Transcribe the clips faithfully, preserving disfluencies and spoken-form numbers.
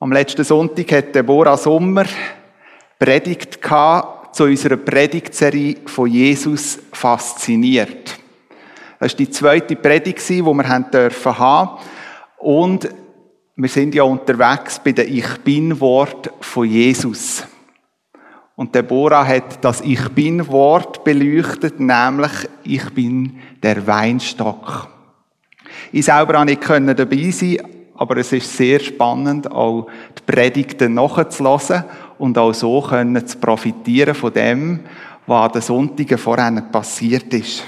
Am letzten Sonntag hat Deborah Sommer Predigt gehabt zu unserer Predigtserie von Jesus fasziniert. Das war die zweite Predigt, die wir haben dürfen haben. Und wir sind ja unterwegs bei dem Ich Bin-Wort von Jesus. Und Deborah hat das Ich Bin-Wort beleuchtet, nämlich Ich bin der Weinstock. Ich selber konnte nicht dabei sein, aber es ist sehr spannend, auch die Predigten nachzuhören und auch so können zu profitieren von dem, was an den Sonntagen vorher passiert ist.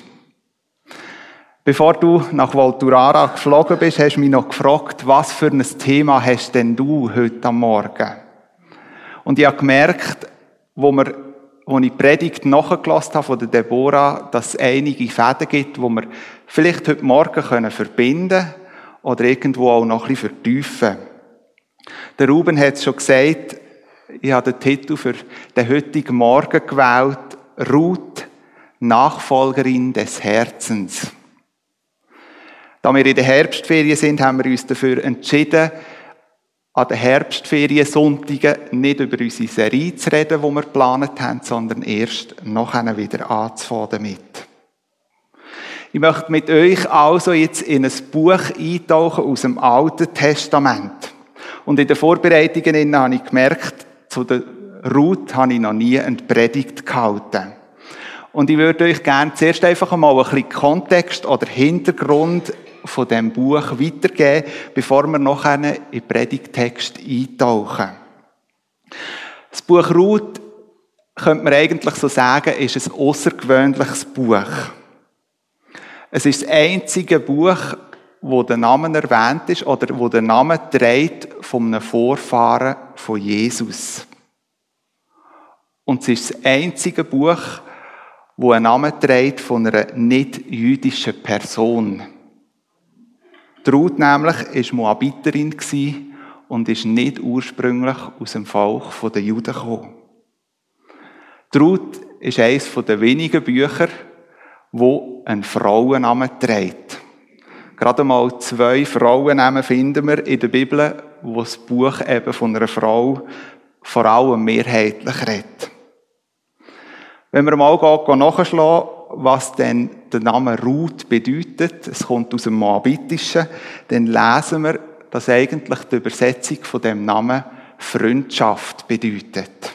Bevor du nach Volturara geflogen bist, hast du mich noch gefragt, was für ein Thema hast denn du heute am Morgen? Und ich habe gemerkt, wo, wir, wo ich die Predigt nachgelassen habe von der Deborah, dass es einige Fäden gibt, die wir vielleicht heute Morgen können verbinden können oder irgendwo auch noch ein bisschen vertiefen. Der Ruben hat es schon gesagt, ich habe den Titel für den heutigen Morgen gewählt, Ruth, Nachfolgerin des Herzens. Da wir in der Herbstferien sind, haben wir uns dafür entschieden, an den Herbstferien-Sonntagen nicht über unsere Serie zu reden, die wir geplant haben, sondern erst nachher wieder anzufangen damit. Ich möchte mit euch also jetzt in ein Buch eintauchen aus dem Alten Testament. Und in den Vorbereitungen habe ich gemerkt, zu der Ruth habe ich noch nie eine Predigt gehalten. Und ich würde euch gerne zuerst einfach mal ein bisschen Kontext oder Hintergrund von diesem Buch weitergeben, bevor wir nachher in den Predigttext eintauchen. Das Buch Ruth, könnte man eigentlich so sagen, ist ein außergewöhnliches Buch. Es ist das einzige Buch, wo der Name erwähnt ist oder wo der Name trägt von einem Vorfahren von Jesus. Und es ist das einzige Buch, wo ein Name trägt von einer nicht-jüdischen Person. Die Ruth nämlich war Moabiterin und ist nicht ursprünglich aus dem Volk der Juden gekommen. Die Ruth ist eines der wenigen Bücher, wo einen Frauennamen trägt. Gerade mal zwei Frauennamen finden wir in der Bibel, wo das Buch eben von einer Frau vor allem mehrheitlich redet. Wenn wir mal nachschlagen, was denn der Name Ruth bedeutet, es kommt aus dem Moabitischen, dann lesen wir, dass eigentlich die Übersetzung von dem Namen Freundschaft bedeutet.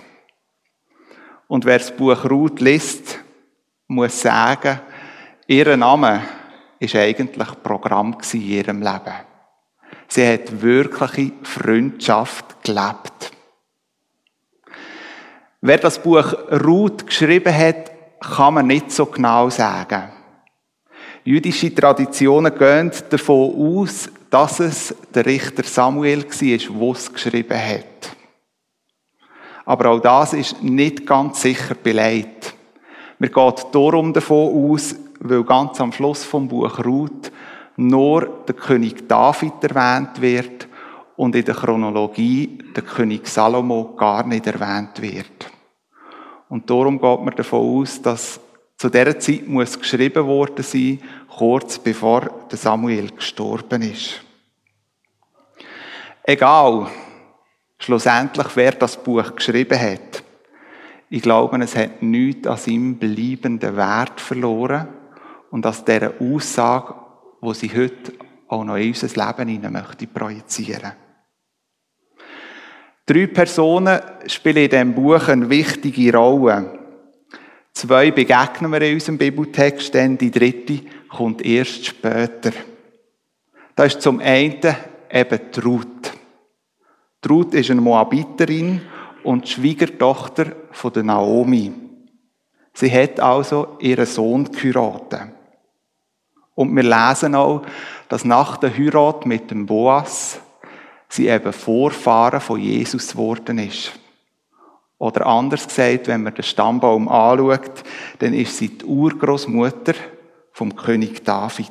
Und wer das Buch Ruth liest, muss sagen, ihr Name war eigentlich Programm in ihrem Leben. Sie hat wirkliche Freundschaft gelebt. Wer das Buch Ruth geschrieben hat, kann man nicht so genau sagen. Jüdische Traditionen gehen davon aus, dass es der Richter Samuel war, der es geschrieben hat. Aber auch das ist nicht ganz sicher belegt. Man geht darum davon aus, weil ganz am Schluss vom Buch Ruth nur der König David erwähnt wird und in der Chronologie der König Salomo gar nicht erwähnt wird. Und darum geht man davon aus, dass zu dieser Zeit muss geschrieben worden sein, kurz bevor der Samuel gestorben ist. Egal, schlussendlich, wer das Buch geschrieben hat. Ich glaube, es hat nichts an seinem bleibenden Wert verloren und an dieser Aussage, die sie heute auch noch in unser Leben hinein möchte projizieren. Drei Personen spielen in diesem Buch eine wichtige Rolle. Zwei begegnen wir in unserem Bibeltext, denn die dritte kommt erst später. Das ist zum einen eben die Ruth. Die Ruth ist eine Moabiterin und die Schwiegertochter von der Naomi. Sie hat also ihren Sohn geheiratet. Und wir lesen auch, dass nach der Heirat mit dem Boas sie eben Vorfahren von Jesus geworden ist. Oder anders gesagt, wenn man den Stammbaum anschaut, dann ist sie die Urgroßmutter vom König David.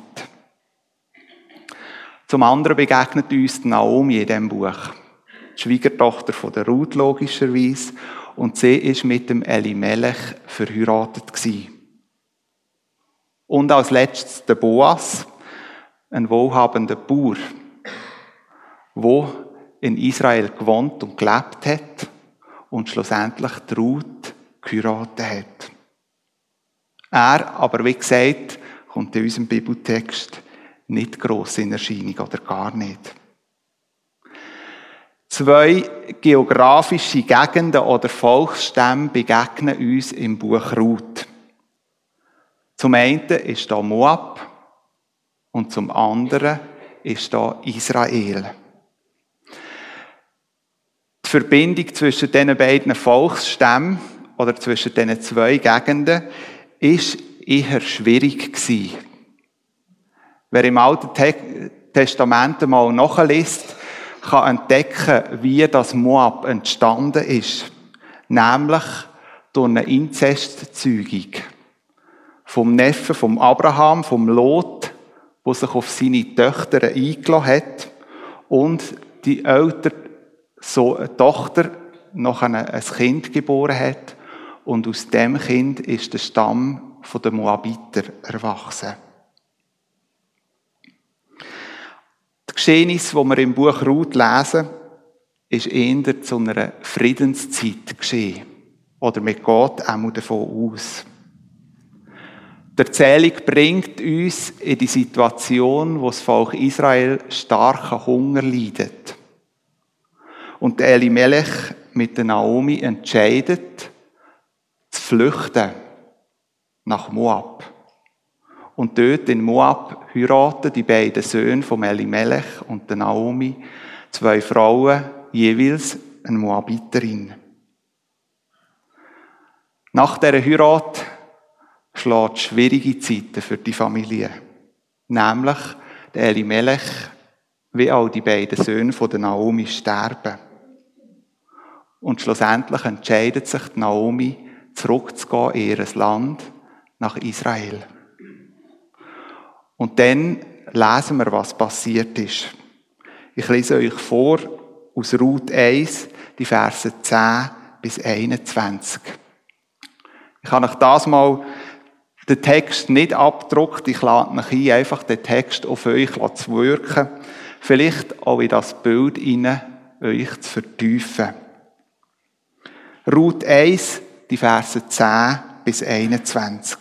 Zum anderen begegnet uns die Naomi in diesem Buch. Die Schwiegertochter von der Ruth logischerweise. Und sie ist mit dem Elimelech verheiratet gewesen. Und als letztes der Boas, ein wohlhabender Bauer, wo in Israel gewohnt und gelebt hat und schlussendlich die Ruth geheiratet hat. Er aber, wie gesagt, kommt in unserem Bibeltext nicht gross in Erscheinung oder gar nicht. Zwei geografische Gegenden oder Volksstämme begegnen uns im Buch Ruth. Zum einen ist da Moab und zum anderen ist da Israel. Die Verbindung zwischen diesen beiden Volksstämmen oder zwischen diesen zwei Gegenden ist eher schwierig gewesen. Wer im Alten Testament mal nachliest, kann entdecken, wie das Moab entstanden ist. Nämlich durch eine Inzestzeugung. Vom Neffen, vom Abraham, vom Lot, der sich auf seine Töchter eingelassen hat und die ältere so eine Tochter noch ein Kind geboren hat und aus dem Kind ist der Stamm der Moabiter erwachsen. Das Geschehnis, das wir im Buch Ruth lesen, ist eher zu einer Friedenszeit geschehen. Oder man geht auch davon aus. Die Erzählung bringt uns in die Situation, wo das Volk Israel starken Hunger leidet. Und Elimelech mit der Naomi entscheidet, zu flüchten nach Moab. Und dort in Moab heiraten die beiden Söhne von Elimelech und der Naomi zwei Frauen, jeweils eine Moabiterin. Nach dieser Heirat schlägt schwierige Zeiten für die Familie. Nämlich der Elimelech, wie auch die beiden Söhne von der Naomi, sterben. Und schlussendlich entscheidet sich die Naomi, zurückzugehen in ihr Land, nach Israel. Und dann lesen wir, was passiert ist. Ich lese euch vor aus Ruth eins, die Verse zehn bis einundzwanzig. Ich habe euch das mal den Text nicht abgedruckt. Ich lade euch ein, einfach den Text auf euch zu wirken. Vielleicht auch in das Bild hinein euch zu vertiefen. Ruth eins, die Verse zehn bis einundzwanzig.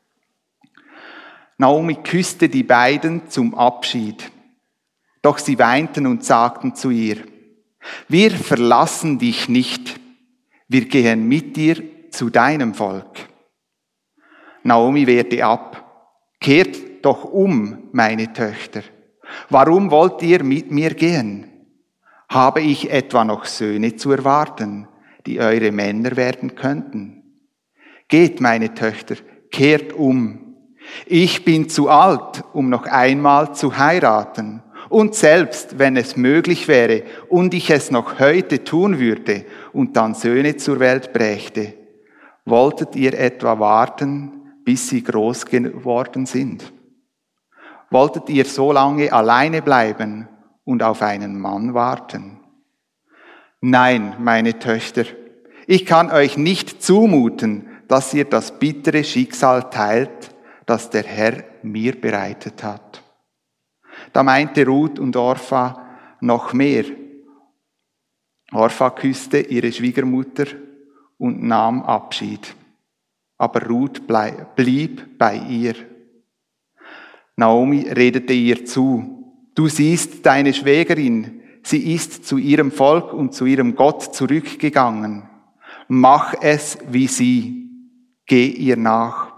Naomi küsste die beiden zum Abschied. Doch sie weinten und sagten zu ihr: Wir verlassen dich nicht. Wir gehen mit dir zu deinem Volk. Naomi wehrte ab. Kehrt doch um, meine Töchter. Warum wollt ihr mit mir gehen? Habe ich etwa noch Söhne zu erwarten, die eure Männer werden könnten? Geht, meine Töchter, kehrt um. Ich bin zu alt, um noch einmal zu heiraten. Und selbst wenn es möglich wäre und ich es noch heute tun würde und dann Söhne zur Welt brächte, wolltet ihr etwa warten, bis sie groß geworden sind? Wolltet ihr so lange alleine bleiben und auf einen Mann warten? Nein, meine Töchter, ich kann euch nicht zumuten, dass ihr das bittere Schicksal teilt, das der Herr mir bereitet hat. Da meinte Ruth und Orpha noch mehr. Orpha küsste ihre Schwiegermutter und nahm Abschied. Aber Ruth blieb bei ihr. Naomi redete ihr zu: Du siehst deine Schwägerin, sie ist zu ihrem Volk und zu ihrem Gott zurückgegangen. Mach es wie sie, geh ihr nach.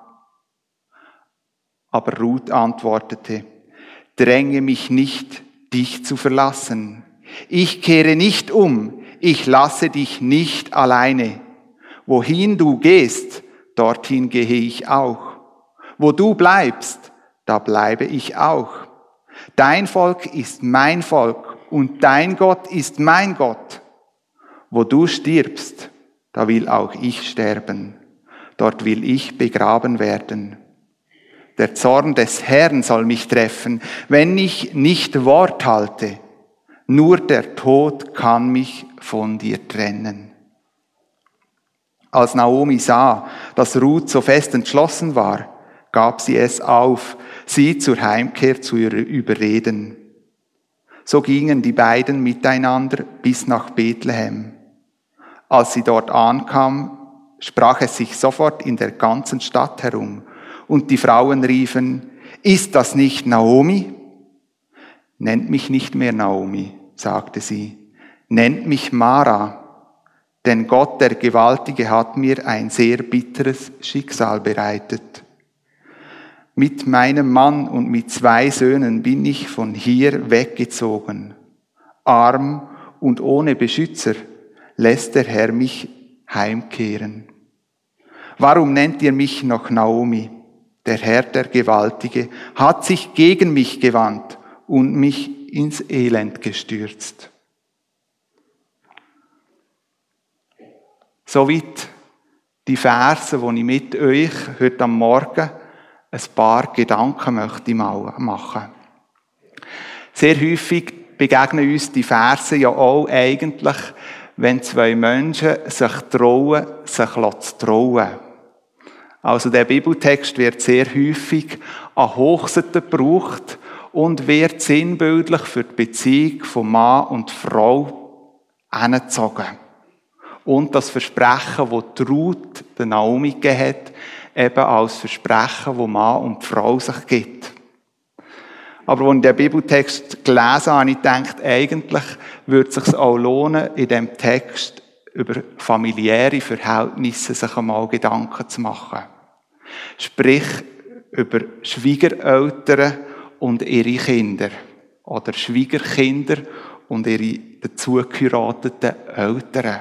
Aber Ruth antwortete: Dränge mich nicht, dich zu verlassen. Ich kehre nicht um, ich lasse dich nicht alleine. Wohin du gehst, dorthin gehe ich auch. Wo du bleibst, da bleibe ich auch. Dein Volk ist mein Volk und dein Gott ist mein Gott. Wo du stirbst, da will auch ich sterben. Dort will ich begraben werden. Der Zorn des Herrn soll mich treffen, wenn ich nicht Wort halte. Nur der Tod kann mich von dir trennen. Als Naomi sah, dass Ruth so fest entschlossen war, gab sie es auf, sie zur Heimkehr zu überreden. So gingen die beiden miteinander bis nach Bethlehem. Als sie dort ankam, sprach es sich sofort in der ganzen Stadt herum, und die Frauen riefen: Ist das nicht Naomi? Nennt mich nicht mehr Naomi, sagte sie, nennt mich Mara, denn Gott, der Gewaltige, hat mir ein sehr bitteres Schicksal bereitet. Mit meinem Mann und mit zwei Söhnen bin ich von hier weggezogen. Arm und ohne Beschützer lässt der Herr mich heimkehren. Warum nennt ihr mich noch Naomi? Der Herr, der Gewaltige, hat sich gegen mich gewandt und mich ins Elend gestürzt. Soweit die Verse, die ich mit euch heute am Morgen ein paar Gedanken möchte machen. Sehr häufig begegnen uns die Verse ja auch eigentlich, wenn zwei Menschen sich trauen, sich zu trauen. Also der Bibeltext wird sehr häufig an Hochzeiten gebraucht und wird sinnbildlich für die Beziehung von Mann und Frau hingezogen. Und das Versprechen, das die Ruth der Naomi gegeben hat, eben als Versprechen, das Mann und Frau sich gibt. Aber als ich den Bibeltext gelesen habe, habe ich gedacht, eigentlich würde es sich auch lohnen, in diesem Text über familiäre Verhältnisse sich einmal Gedanken zu machen. Sprich, über Schwiegereltern und ihre Kinder. Oder Schwiegerkinder und ihre dazugeheirateten Eltern.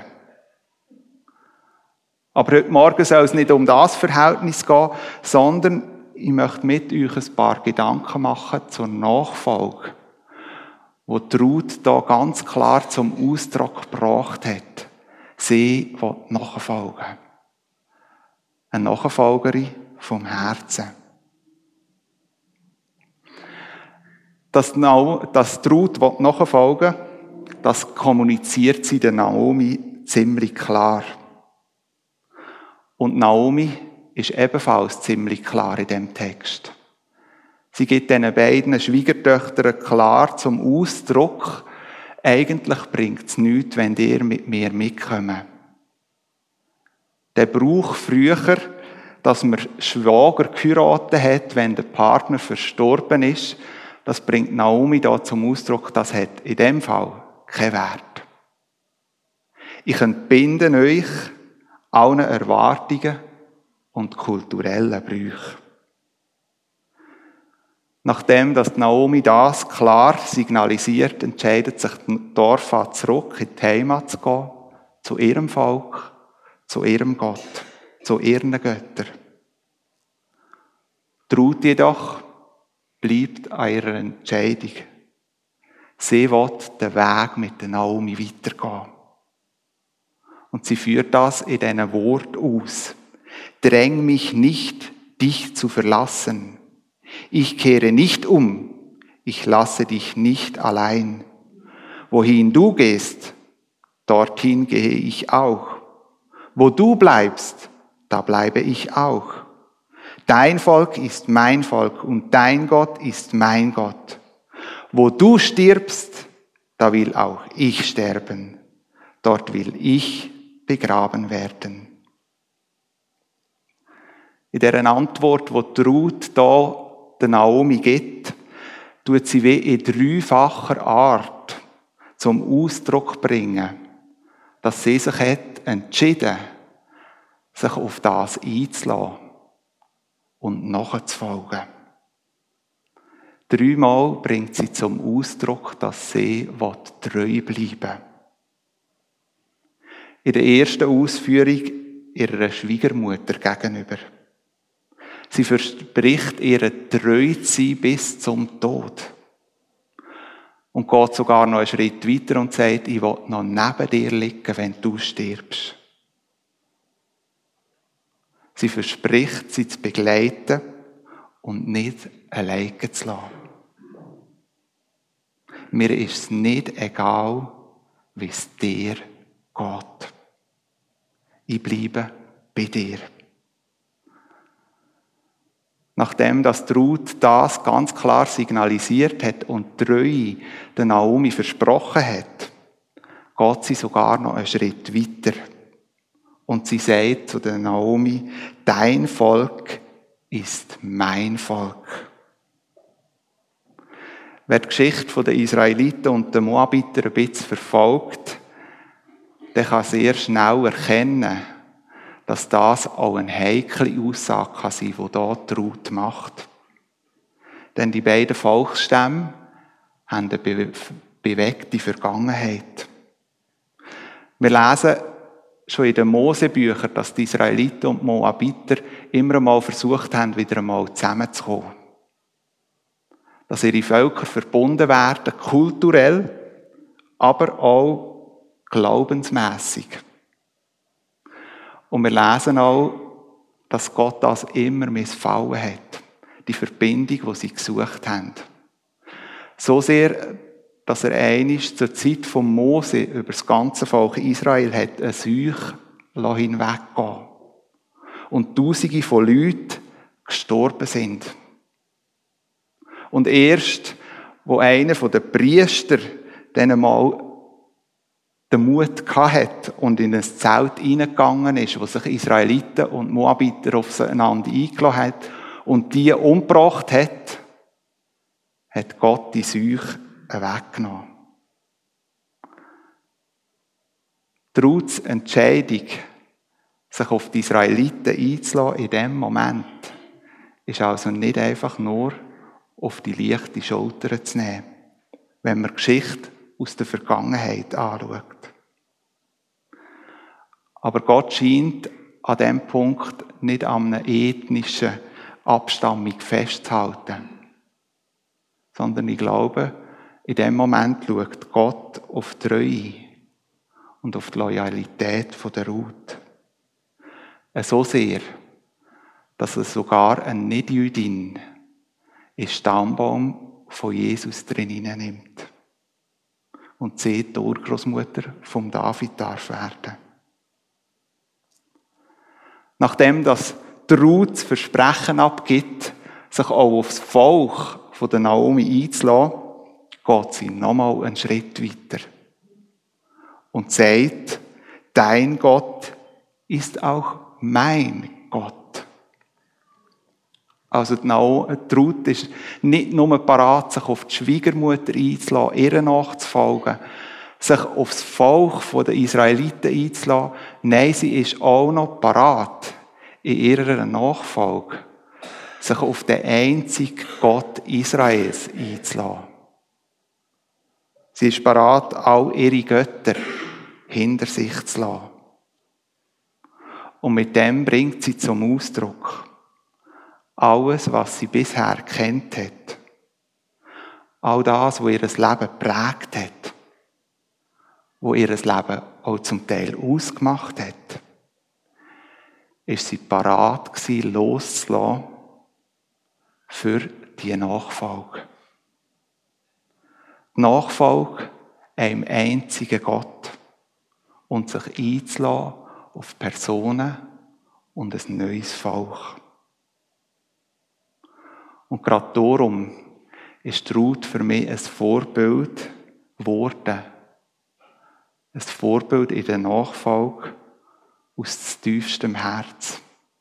Aber heute Morgen soll es nicht um das Verhältnis gehen, sondern ich möchte mit euch ein paar Gedanken machen zur Nachfolge, wo die Ruth da ganz klar zum Ausdruck gebracht hat. Sie will nachfolgen. Eine Nachfolgerin vom Herzen. Dass die Ruth nachfolgen will, das kommuniziert sie der Naomi ziemlich klar. Und Naomi ist ebenfalls ziemlich klar in diesem Text. Sie gibt diesen beiden Schwiegertöchtern klar zum Ausdruck, eigentlich bringt es nichts, wenn ihr mit mir mitkommt. Der Brauch früher, dass man Schwager geheiratet hat, wenn der Partner verstorben ist, das bringt Naomi da zum Ausdruck, das hat in dem Fall keinen Wert. Ich entbinde euch allen Erwartungen und kulturellen Brüchen. Nachdem dass Naomi das klar signalisiert, entscheidet sich die Orpha zurück in die Heimat zu gehen, zu ihrem Volk, zu ihrem Gott, zu ihren Göttern. Die Ruth jedoch bleibt an ihrer Entscheidung. Sie will den Weg mit der Naomi weitergehen. Und sie führt das in diesen Wort aus. Dräng mich nicht, dich zu verlassen. Ich kehre nicht um. Ich lasse dich nicht allein. Wohin du gehst, dorthin gehe ich auch. Wo du bleibst, da bleibe ich auch. Dein Volk ist mein Volk und dein Gott ist mein Gott. Wo du stirbst, da will auch ich sterben. Dort will ich begraben werden. In dieser Antwort, die die Ruth da der Naomi gibt, tut sie wie in dreifacher Art zum Ausdruck bringen, dass sie sich hat entschieden, sich auf das einzulassen und nachzufolgen. Dreimal bringt sie zum Ausdruck, dass sie treu bleiben will. In der ersten Ausführung ihrer Schwiegermutter gegenüber. Sie verspricht, ihr treu zu sein bis zum Tod. Und geht sogar noch einen Schritt weiter und sagt, ich will noch neben dir liegen, wenn du stirbst. Sie verspricht, sie zu begleiten und nicht alleine zu lassen. Mir ist es nicht egal, wie es dir geht. Ich bleibe bei dir. Nachdem das Ruth das ganz klar signalisiert hat und treu der Naomi versprochen hat, geht sie sogar noch einen Schritt weiter. Und sie sagt zu der Naomi, dein Volk ist mein Volk. Wer die Geschichte der Israeliten und der Moabiter ein bisschen verfolgt, der kann sehr schnell erkennen, dass das auch eine heikle Aussage kann sein kann, die hier die Ruth macht. Denn die beiden Volksstämme haben eine be- bewegte Vergangenheit. Wir lesen schon in den Mosebüchern, dass die Israeliten und die Moabiter immer einmal versucht haben, wieder einmal zusammenzukommen. Dass ihre Völker verbunden werden, kulturell, aber auch glaubensmässig. Und wir lesen auch, dass Gott das immer missfallen hat. Die Verbindung, die sie gesucht haben. So sehr, dass er einmal zur Zeit von Mose über das ganze Volk Israel hat eine Seuche hinweggehen. Und Tausende von Leuten gestorben sind. Und erst, wo einer der Priester dann mal den Mut hatte und in ein Zelt hineingegangen ist, wo sich Israeliten und Moabiter aufeinander eingelassen hat und die umgebracht hat, hat Gott die Seuche weggenommen. Die Ruths Entscheidung, sich auf die Israeliten einzulassen in diesem Moment, ist also nicht einfach nur auf die leichte Schulter zu nehmen, wenn man die Geschichte aus der Vergangenheit anschaut. Aber Gott scheint an diesem Punkt nicht an einer ethnischen Abstammung festzuhalten, sondern ich glaube, in dem Moment schaut Gott auf die Treue und auf die Loyalität der Ruth. So sehr, dass es sogar eine Nicht-Jüdin in den Stammbaum von Jesus drin nimmt und sie die Urgroßmutter von David darf werden. Nachdem das die Ruth das Versprechen abgibt, sich auch aufs Volk von der Naomi einzulassen, geht sie nochmal einen Schritt weiter und sagt, dein Gott ist auch mein Gott. Also die Ruth ist nicht nur parat, sich auf die Schwiegermutter einzulassen, ihr nachzufolgen, sich auf das Volk der Israeliten einzulassen. Nein, sie ist auch noch parat, in ihrer Nachfolge, sich auf den einzigen Gott Israels einzulassen. Sie ist parat, all ihre Götter hinter sich zu lassen. Und mit dem bringt sie zum Ausdruck, alles, was sie bisher kennt hat, all das, was ihr Leben geprägt hat, was ihr Leben auch zum Teil ausgemacht hat, ist sie parat gewesen, loszulassen für die Nachfolge. Die Nachfolge einem einzigen Gott und sich einzulassen auf Personen und ein neues Volk. Und gerade darum ist die Ruth für mich ein Vorbild geworden. Ein Vorbild in der Nachfolge aus tiefstem Herz.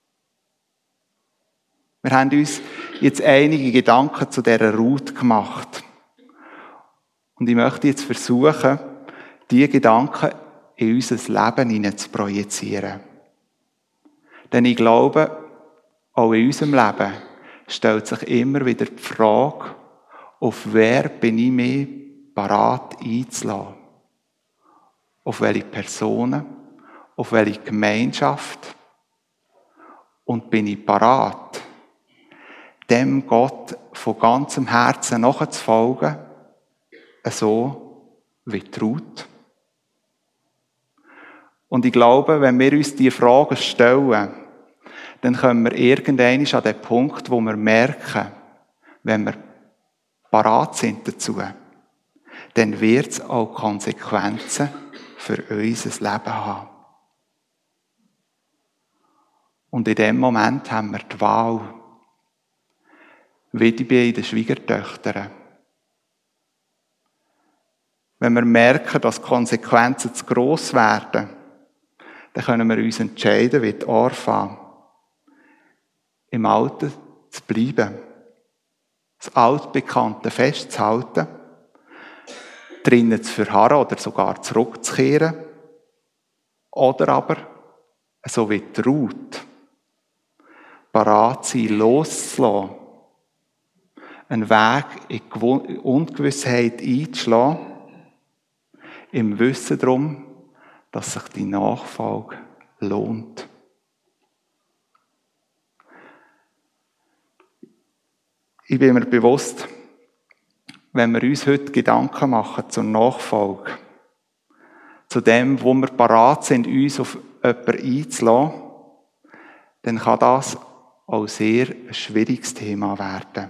Wir haben uns jetzt einige Gedanken zu dieser Ruth gemacht. Und ich möchte jetzt versuchen, diese Gedanken in unser Leben hinein zu projizieren. Denn ich glaube, auch in unserem Leben stellt sich immer wieder die Frage, auf wer bin ich mich parat einzulassen? Auf welche Personen? Auf welche Gemeinschaft? Und bin ich parat, dem Gott von ganzem Herzen nachzufolgen, so wie die Ruth? Und ich glaube, wenn wir uns diese Fragen stellen, dann kommen wir irgendwann an den Punkt, wo wir merken, wenn wir parat sind dazu, dann wird es auch Konsequenzen für unser Leben haben. Und in dem Moment haben wir die Wahl. wie bei den Schwiegertöchtern. Wenn wir merken, dass die Konsequenzen zu gross werden, dann können wir uns entscheiden, wie die Orpha, im Alten zu bleiben, das Altbekannte festzuhalten, drinnen zu verharren oder sogar zurückzukehren, oder aber, so wie die Ruth, parat sein, loszulassen, einen Weg in die Ungewissheit einzuschlagen, im Wissen darum, dass sich die Nachfolge lohnt. Ich bin mir bewusst, wenn wir uns heute Gedanken machen zur Nachfolge, zu dem, wo wir parat sind, uns auf jemanden einzulassen, dann kann das auch sehr ein schwieriges Thema werden.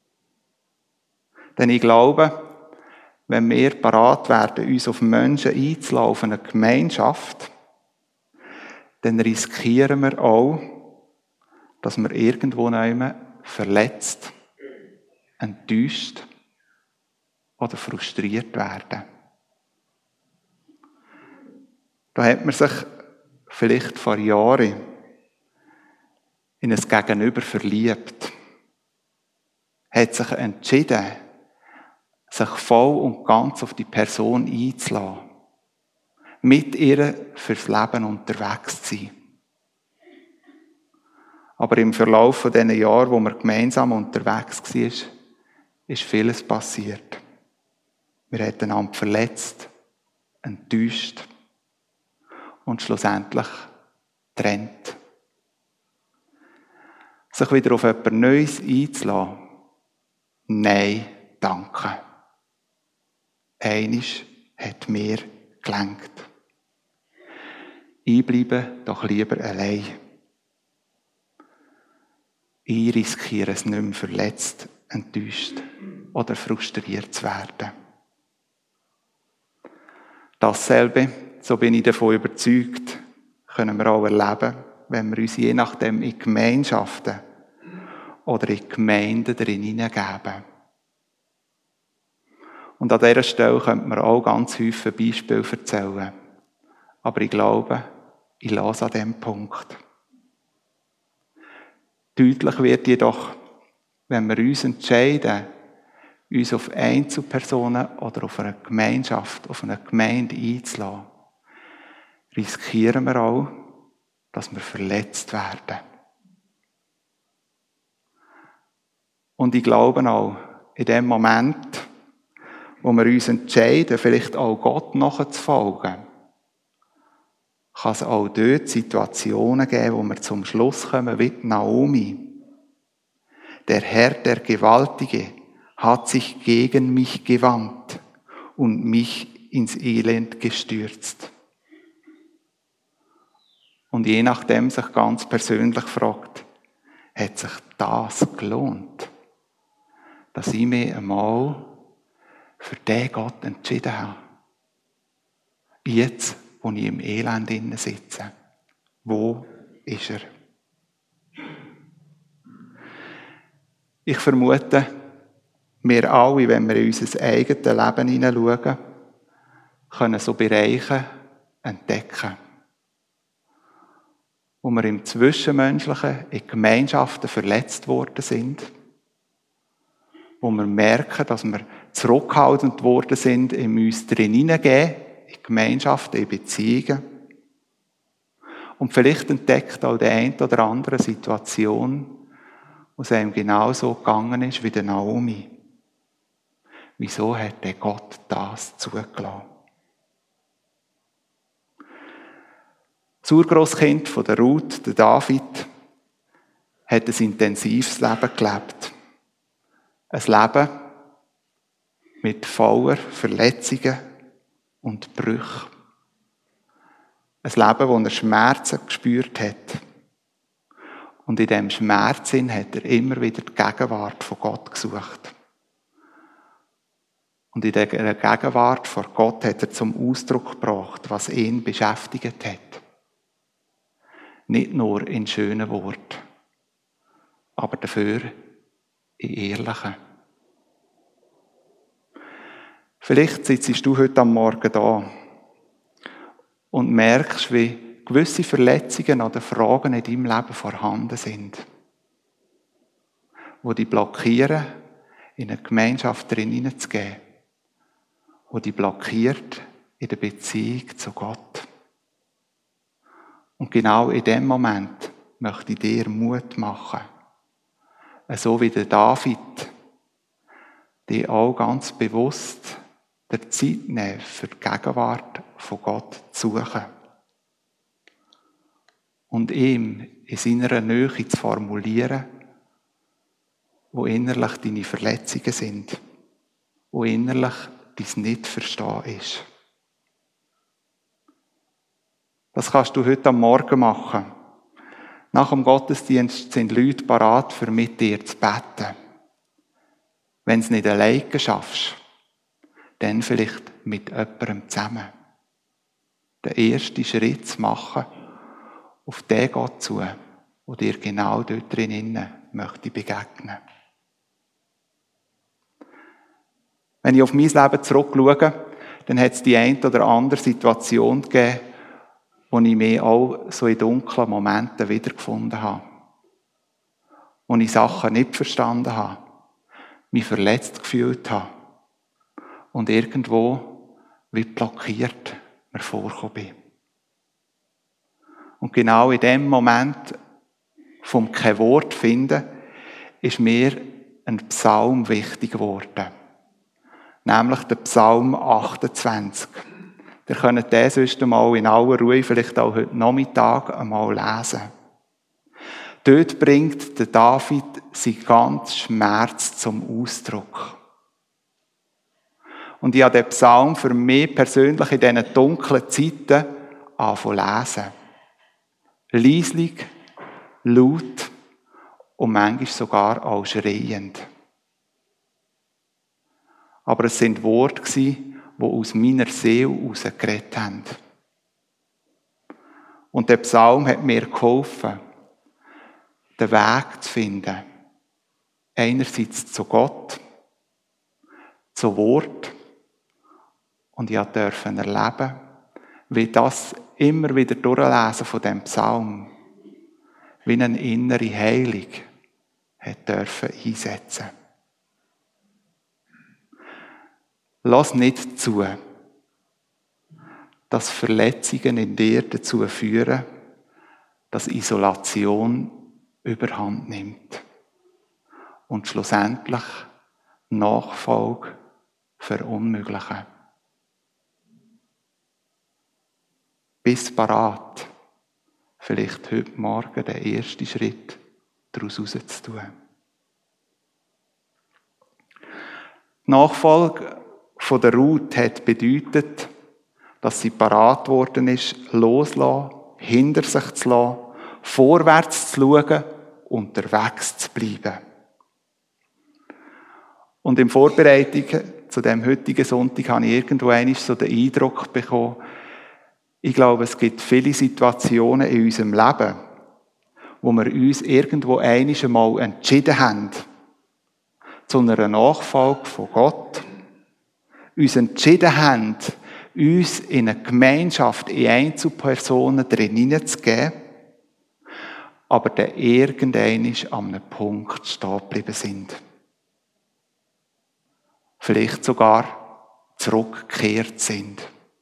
Denn ich glaube, wenn wir parat werden, uns auf Menschen einzulassen, auf eine Gemeinschaft, dann riskieren wir auch, dass wir irgendwo jemand verletzt, enttäuscht oder frustriert werden. Da hat man sich vielleicht vor Jahren in ein Gegenüber verliebt, hat sich entschieden, sich voll und ganz auf die Person einzulassen, mit ihr fürs Leben unterwegs zu sein. Aber im Verlauf von diesen Jahren, wo wir gemeinsam unterwegs waren, ist vieles passiert. Wir haben einander verletzt, enttäuscht und schlussendlich getrennt. Sich wieder auf etwas Neues einzulassen, nein, danke. Einisch hat mir gelenkt. Ich bleibe doch lieber allein. Ich riskiere es nicht mehr, verletzt, enttäuscht oder frustriert zu werden. Dasselbe, so bin ich davon überzeugt, können wir auch erleben, wenn wir uns je nachdem in Gemeinschaften oder in Gemeinden drin hineingeben. Und an dieser Stelle könnte man auch ganz häufig Beispiele erzählen. Aber ich glaube, ich lasse an diesem Punkt. Deutlich wird jedoch, wenn wir uns entscheiden, uns auf Einzelpersonen oder auf eine Gemeinschaft, auf eine Gemeinde einzulassen, riskieren wir auch, dass wir verletzt werden. Und ich glaube auch, in dem Moment, wo wir uns entscheiden, vielleicht auch Gott nachzufolgen, kann es auch dort Situationen geben, wo wir zum Schluss kommen, wie Naomi. Der Herr, der Gewaltige, hat sich gegen mich gewandt und mich ins Elend gestürzt. Und je nachdem sich ganz persönlich fragt, hat sich das gelohnt, dass ich mich einmal für den Gott entschieden habe. Jetzt, wo ich im Elend innen sitze, wo ist er? Ich vermute, wir alle, wenn wir in unser eigenes Leben hineinschauen, können so Bereiche entdecken, wo wir im Zwischenmenschlichen, in Gemeinschaften verletzt worden sind, wo wir merken, dass wir zurückhaltend worden sind, in uns drin hineingehen, in Gemeinschaften, in Beziehungen. Und vielleicht entdeckt auch die eine oder andere Situation, wo es einem genauso gegangen ist wie der Naomi. Wieso hat der Gott das zugelassen? Das Urgroßkind von der Ruth, der David, hat ein intensives Leben gelebt. Ein Leben mit voller Verletzungen und Brüchen. Ein Leben, wo er Schmerzen gespürt hat. Und in diesem Schmerz hat er immer wieder die Gegenwart von Gott gesucht. Und in dieser Gegenwart von Gott hat er zum Ausdruck gebracht, was ihn beschäftigt hat. Nicht nur in schönen Worten, aber dafür in ehrlichen. Vielleicht sitzt du heute am Morgen da und merkst, wie gewisse Verletzungen oder Fragen in deinem Leben vorhanden sind, die dich blockieren, in eine Gemeinschaft drin hineinzugehen, die dich blockiert in der Beziehung zu Gott. Und genau in dem Moment möchte ich dir Mut machen, so wie der David, die auch ganz bewusst der Zeit nehmen, für die Gegenwart von Gott zu suchen. Und ihm in seiner Nähe zu formulieren, wo innerlich deine Verletzungen sind, wo innerlich dein Nicht-Verstehen ist. Das kannst du heute am Morgen machen. Nach dem Gottesdienst sind Leute parat, für mit dir zu beten. Wenn du es nicht alleine schaffst, dann vielleicht mit jemandem zusammen. Den ersten Schritt zu machen, auf den Gott zu, der dir genau dort drinnen möchte begegnen. Wenn ich auf mein Leben zurückschaue, dann hat es die eine oder andere Situation gegeben, wo ich mich auch so in dunklen Momenten wiedergefunden habe. Wo ich Sachen nicht verstanden habe, mich verletzt gefühlt habe und irgendwo wie blockiert mir vorgekommen bin. Und genau in dem Moment vom kein Wort finden, ist mir ein Psalm wichtig geworden. Nämlich der Psalm achtundzwanzig. Ihr könnt den sonst einmal in aller Ruhe, vielleicht auch heute Nachmittag, einmal lesen. Dort bringt der David seinen ganzen Schmerz zum Ausdruck. Und ich habe den Psalm für mich persönlich in diesen dunklen Zeiten angefangen zu lesen. Leislich, laut und manchmal sogar auch schreiend. Aber es sind Worte, die aus meiner Seele herausgeredet haben. Und der Psalm hat mir geholfen, den Weg zu finden. Einerseits zu Gott, zu Wort. Und ich durfte erleben, wie das immer wieder durchlesen von dem Psalm, wie eine innere Heilung hat dürfen einsetzen. Lass nicht zu, dass Verletzungen in dir dazu führen, dass Isolation überhand nimmt und schlussendlich Nachfolge verunmöglichen. Bist parat, vielleicht heute Morgen den ersten Schritt daraus rauszutun. Die Nachfolge von der Ruth hat bedeutet, dass sie parat geworden ist, loszulassen, hinter sich zu lassen, vorwärts zu schauen, unterwegs zu bleiben. Und in Vorbereitung zu dem heutigen Sonntag habe ich irgendwo einmal so den Eindruck bekommen, ich glaube, es gibt viele Situationen in unserem Leben, wo wir uns irgendwo einmal entschieden haben, zu einer Nachfolge von Gott, uns entschieden haben, uns in eine Gemeinschaft, in Einzelpersonen drin hineinzugeben, aber dann irgendwann an einem Punkt stehen geblieben sind. Vielleicht sogar zurückgekehrt sind.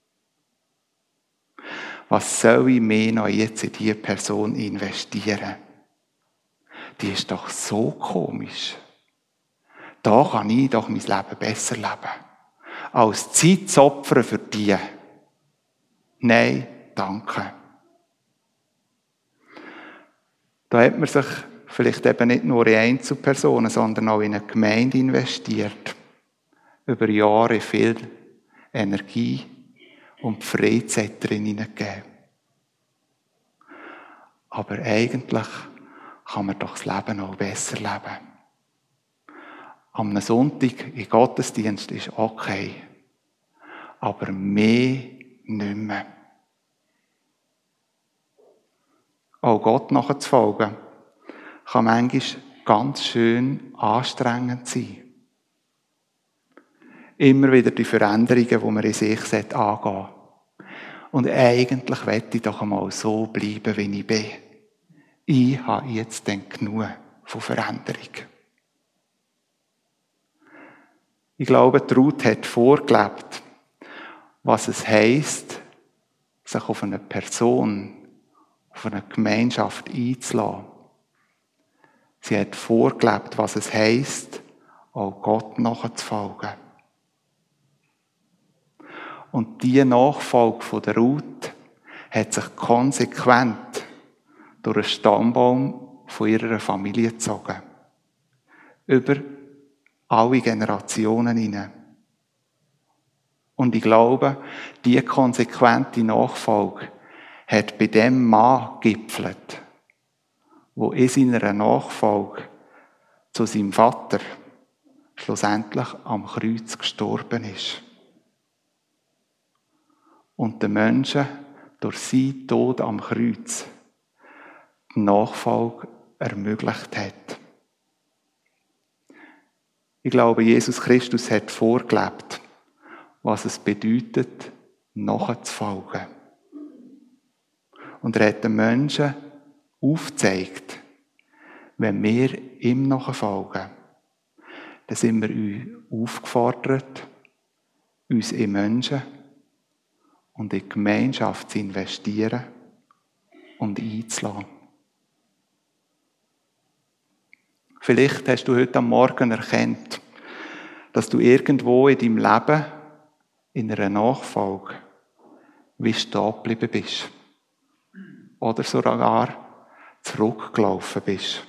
Was soll ich mehr noch jetzt in diese Person investieren? Die ist doch so komisch. Da kann ich doch mein Leben besser leben. Als Zeit zu opfern für die. Nein, danke. Da hat man sich vielleicht eben nicht nur in Einzelpersonen, sondern auch in eine Gemeinde investiert. Über Jahre viel Energie und Freizeit drin hineingegeben. Aber eigentlich kann man doch das Leben auch besser leben. Am Sonntag im Gottesdienst ist okay, aber mehr nicht mehr. Auch Gott nachzufolgen kann manchmal ganz schön anstrengend sein. Immer wieder die Veränderungen, die man in sich angehen sollte. Und eigentlich möchte ich doch einmal so bleiben, wie ich bin. Ich habe jetzt dann genug von Veränderung. Ich glaube, die Ruth hat vorgelebt, was es heisst, sich auf eine Person, auf eine Gemeinschaft einzulassen. Sie hat vorgelebt, was es heisst, auch Gott nachzufolgen. Und diese Nachfolge von der Ruth hat sich konsequent durch den Stammbaum von ihrer Familie gezogen. Über alle Generationen hinein. Und ich glaube, diese konsequente Nachfolge hat bei dem Mann gipfelt, wo in seiner Nachfolge zu seinem Vater schlussendlich am Kreuz gestorben ist. Und den Menschen durch seinen Tod am Kreuz die Nachfolge ermöglicht hat. Ich glaube, Jesus Christus hat vorgelebt, was es bedeutet, nachzufolgen. Und er hat den Menschen aufgezeigt, wenn wir ihm nachfolgen, dann sind wir aufgefordert, uns in Menschen und in die Gemeinschaft zu investieren und einzulassen. Vielleicht hast du heute am Morgen erkannt, dass du irgendwo in deinem Leben in einer Nachfolge wie stehen geblieben bist. Oder sogar zurückgelaufen bist.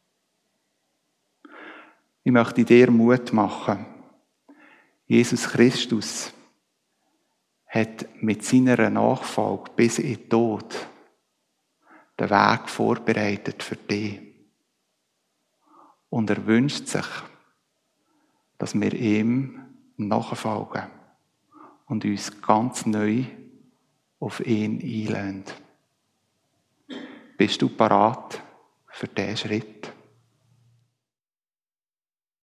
Ich möchte dir Mut machen. Jesus Christus hat mit seiner Nachfolge bis in den Tod den Weg vorbereitet für dich. Und er wünscht sich, dass wir ihm nachfolgen und uns ganz neu auf ihn einlassen. Bist du parat für diesen Schritt?